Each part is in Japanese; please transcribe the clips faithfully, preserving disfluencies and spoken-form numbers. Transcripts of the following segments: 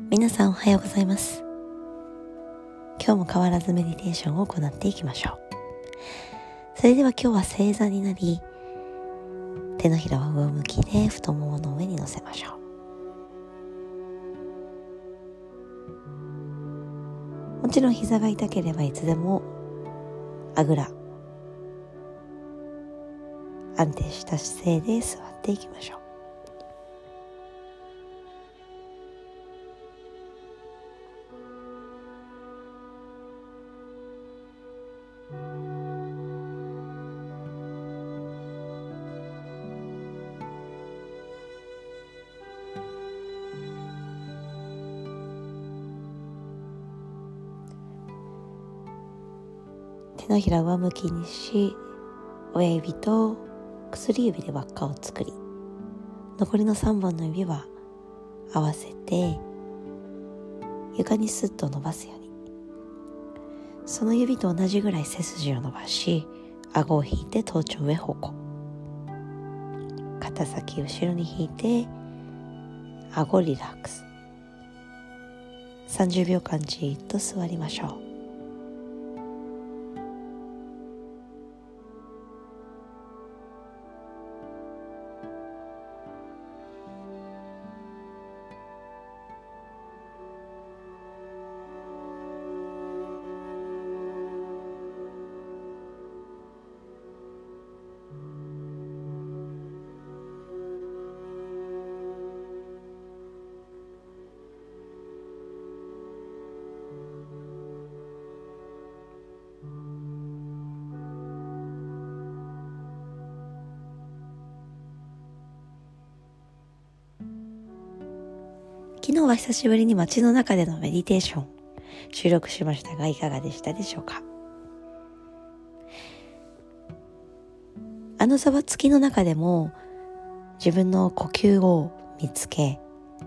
皆さんおはようございます。今日も変わらずメディテーションを行っていきましょう。それでは今日は正座になり、手のひらは上向きで太ももの上に乗せましょう。もちろん膝が痛ければいつでもあぐら、安定した姿勢で座っていきましょう。手のひら上向きにし、親指と薬指で輪っかを作り、残りのさんぼんの指は合わせて床にスッと伸ばすように、その指と同じぐらい背筋を伸ばし、顎を引いて頭頂上方向、肩先後ろに引いて顎リラックス。さんじゅうびょうかんじっと座りましょう。昨日は久しぶりに街の中でのメディテーション収録しましたが、いかがでしたでしょうか。あのざわつきの中でも自分の呼吸を見つけ、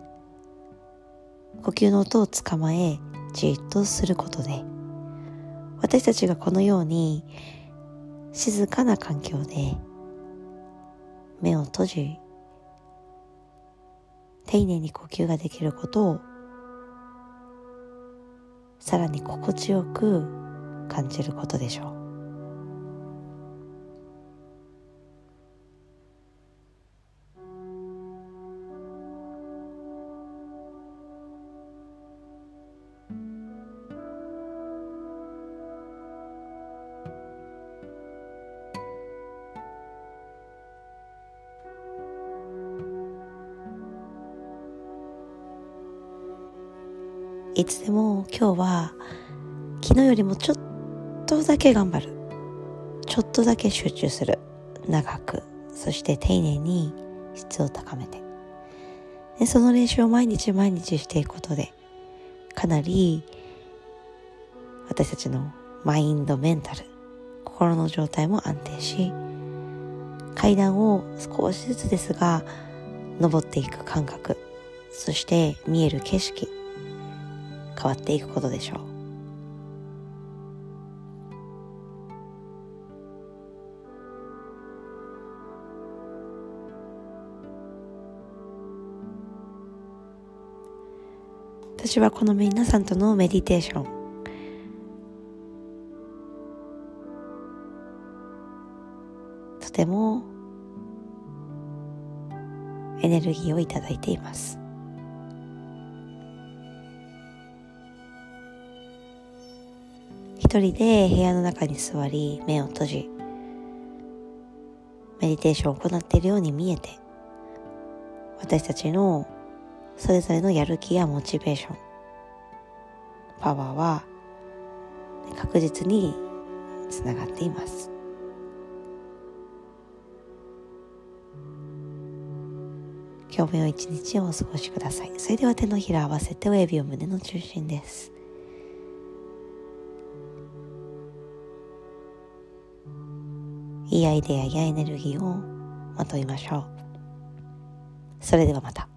呼吸の音をつかまえじっとすることで、私たちがこのように静かな環境で目を閉じ、丁寧に呼吸ができることをさらに心地よく感じることでしょう。いつでも今日は昨日よりもちょっとだけ頑張る、ちょっとだけ集中する、長く、そして丁寧に質を高めて、でその練習を毎日毎日していくことで、かなり私たちのマインド、メンタル、心の状態も安定し、階段を少しずつですが登っていく感覚、そして見える景色変わっていくことでしょう。私はこの皆さんとのメディテーション、とてもエネルギーをいただいています。一人で部屋の中に座り、目を閉じ、メディテーションを行っているように見えて、私たちのそれぞれのやる気やモチベーション、パワーは確実につながっています。今日も良い一日をお過ごしください。それでは手のひら合わせて親指を胸の中心です。いいアイデアやエネルギーをまといましょう。それではまた。